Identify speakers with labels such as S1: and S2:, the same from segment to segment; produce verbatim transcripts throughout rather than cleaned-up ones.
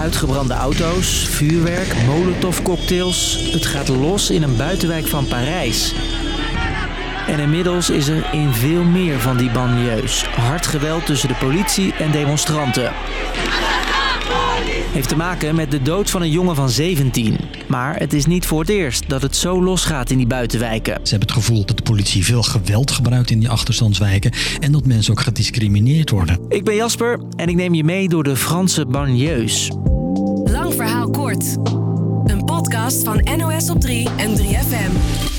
S1: uitgebrande auto's, vuurwerk, molotovcocktails. Het gaat los in een buitenwijk van Parijs. En inmiddels is er in veel meer van die banlieues hard geweld tussen de politie en demonstranten. Heeft te maken met de dood van een jongen van zeventien. Maar het is niet voor het eerst dat het zo losgaat in die buitenwijken.
S2: Ze hebben het gevoel dat de politie veel geweld gebruikt in die achterstandswijken en dat mensen ook gediscrimineerd worden.
S1: Ik ben Jasper en ik neem je mee door de Franse banlieues.
S3: Lang verhaal kort. Een podcast van N O S op drie en drie F M.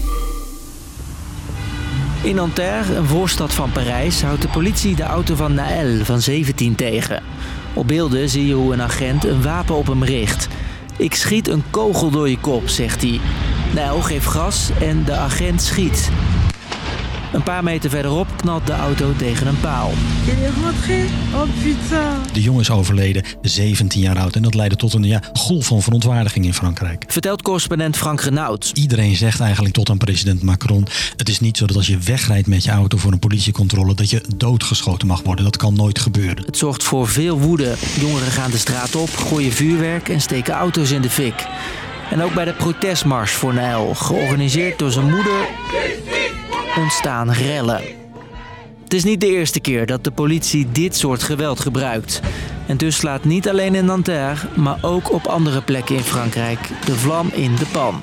S1: In Nanterre, een voorstad van Parijs, houdt de politie de auto van Naël van zeventien tegen. Op beelden zie je hoe een agent een wapen op hem richt. Ik schiet een kogel door je kop, zegt hij. Naël geeft gas en de agent schiet. Een paar meter verderop knalt de auto tegen een paal.
S2: De jongen is overleden, zeventien jaar oud. En dat leidde tot een ja, golf van verontwaardiging in Frankrijk.
S1: Vertelt correspondent Frank Renaud.
S2: Iedereen zegt eigenlijk tot aan president Macron: het is niet zo dat als je wegrijdt met je auto voor een politiecontrole dat je doodgeschoten mag worden. Dat kan nooit gebeuren.
S1: Het zorgt voor veel woede. Jongeren gaan de straat op, gooien vuurwerk en steken auto's in de fik. En ook bij de protestmars voor Naël, georganiseerd door zijn moeder, ontstaan rellen. Het is niet de eerste keer dat de politie dit soort geweld gebruikt. En dus slaat niet alleen in Nanterre, maar ook op andere plekken in Frankrijk de vlam in de pan.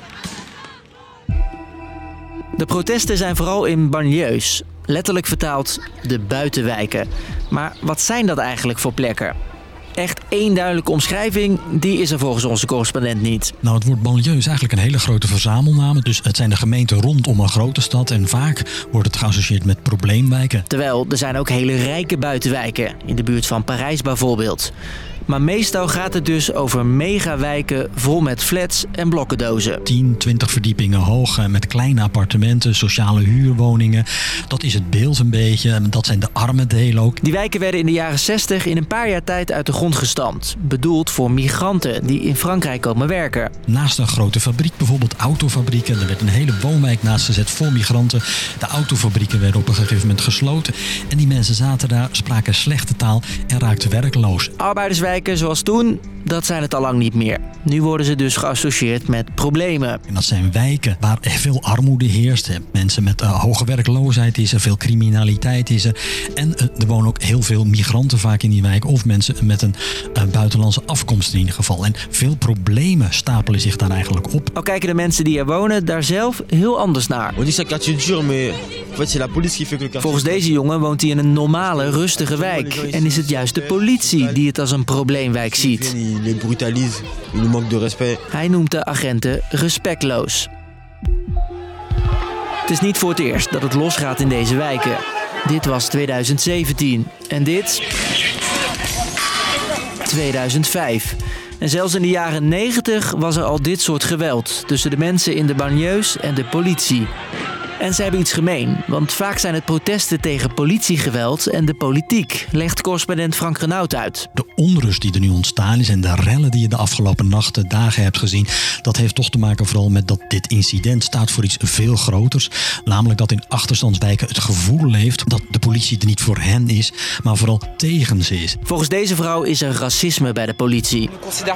S1: De protesten zijn vooral in banlieues, letterlijk vertaald de buitenwijken. Maar wat zijn dat eigenlijk voor plekken? Echt één duidelijke omschrijving, die is er volgens onze correspondent niet.
S2: Nou, het woord banlieue is eigenlijk een hele grote verzamelnaam. Dus het zijn de gemeenten rondom een grote stad en vaak wordt het geassocieerd met probleemwijken.
S1: Terwijl er zijn ook hele rijke buitenwijken, in de buurt van Parijs bijvoorbeeld. Maar meestal gaat het dus over megawijken vol met flats en blokkendozen.
S2: tien, twintig verdiepingen hoog met kleine appartementen, sociale huurwoningen. Dat is het beeld een beetje. Dat zijn de arme delen ook.
S1: Die wijken werden in de jaren zestig in een paar jaar tijd uit de grond gestampt. Bedoeld voor migranten die in Frankrijk komen werken.
S2: Naast een grote fabriek, bijvoorbeeld autofabrieken. Er werd een hele woonwijk naast gezet voor migranten. De autofabrieken werden op een gegeven moment gesloten. En die mensen zaten daar, spraken slechte taal en raakten werkloos.
S1: Arbeiderswijken zoals toen, dat zijn het al lang niet meer. Nu worden ze dus geassocieerd met problemen.
S2: En dat zijn wijken waar veel armoede heerst. Mensen met uh, hoge werkloosheid is er, veel criminaliteit is er. En uh, er wonen ook heel veel migranten vaak in die wijk. Of mensen met een uh, buitenlandse afkomst in ieder geval. En veel problemen stapelen zich daar eigenlijk op.
S1: Al kijken de mensen die er wonen daar zelf heel anders naar. Volgens deze jongen woont hij in een normale, rustige wijk. En is het juist de politie die het als een probleemwijk ziet. Hij noemt de agenten respectloos. Het is niet voor het eerst dat het losgaat in deze wijken. Dit was tweeduizend zeventien. En dit? tweeduizend vijf. En zelfs in de jaren negentig was er al dit soort geweld tussen de mensen in de banlieues en de politie. En ze hebben iets gemeen, want vaak zijn het protesten tegen politiegeweld en de politiek, legt correspondent Frank Renaud uit.
S2: De onrust die er nu ontstaan is en de rellen die je de afgelopen nachten, dagen hebt gezien, dat heeft toch te maken vooral met dat dit incident staat voor iets veel groters. Namelijk dat in achterstandswijken het gevoel leeft dat de politie er niet voor hen is, maar vooral tegen ze is.
S1: Volgens deze vrouw is er racisme bij de politie.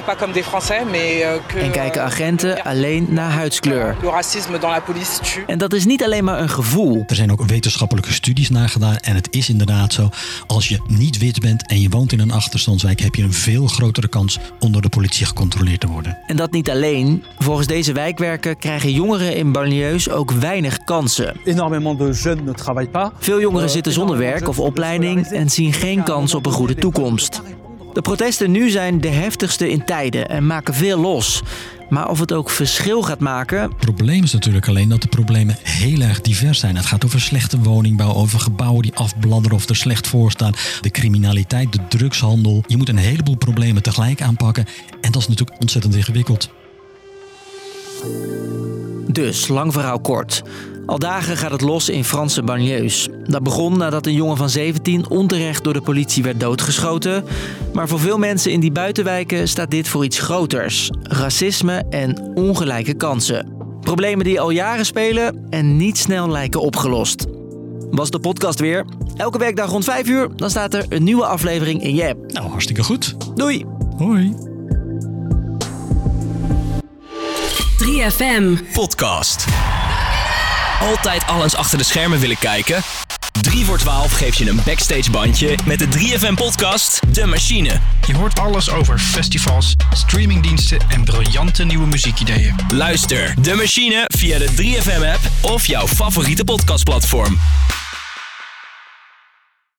S1: En kijken agenten alleen naar huidskleur. En dat is niet alleen maar een gevoel.
S2: Er zijn ook wetenschappelijke studies naar gedaan en het is inderdaad zo. Als je niet wit bent en je woont in een achterstandswijk, heb je een veel grotere kans om door de politie gecontroleerd te worden.
S1: En dat niet alleen. Volgens deze wijkwerken krijgen jongeren in banlieues ook weinig kansen. Veel jongeren zitten zonder werk of opleiding en zien geen kans op een goede toekomst. De protesten nu zijn de heftigste in tijden en maken veel los. Maar of het ook verschil gaat maken...
S2: Het probleem is natuurlijk alleen dat de problemen heel erg divers zijn. Het gaat over slechte woningbouw, over gebouwen die afbladderen of er slecht voor staan. De criminaliteit, de drugshandel. Je moet een heleboel problemen tegelijk aanpakken. En dat is natuurlijk ontzettend ingewikkeld.
S1: Dus, lang verhaal kort. Al dagen gaat het los in Franse banlieues. Dat begon nadat een jongen van zeventien onterecht door de politie werd doodgeschoten. Maar voor veel mensen in die buitenwijken staat dit voor iets groters. Racisme en ongelijke kansen. Problemen die al jaren spelen en niet snel lijken opgelost. Was de podcast weer. Elke werkdag rond vijf uur, dan staat er een nieuwe aflevering in je app.
S2: Nou, hartstikke goed.
S1: Doei!
S2: Hoi!
S3: drie F M
S4: Podcast. Altijd alles achter de schermen willen kijken? drie voor twaalf geeft je een backstage bandje met de drie F M podcast De Machine.
S5: Je hoort alles over festivals, streamingdiensten en briljante nieuwe muziekideeën.
S4: Luister De Machine via de drie F M app of jouw favoriete podcastplatform.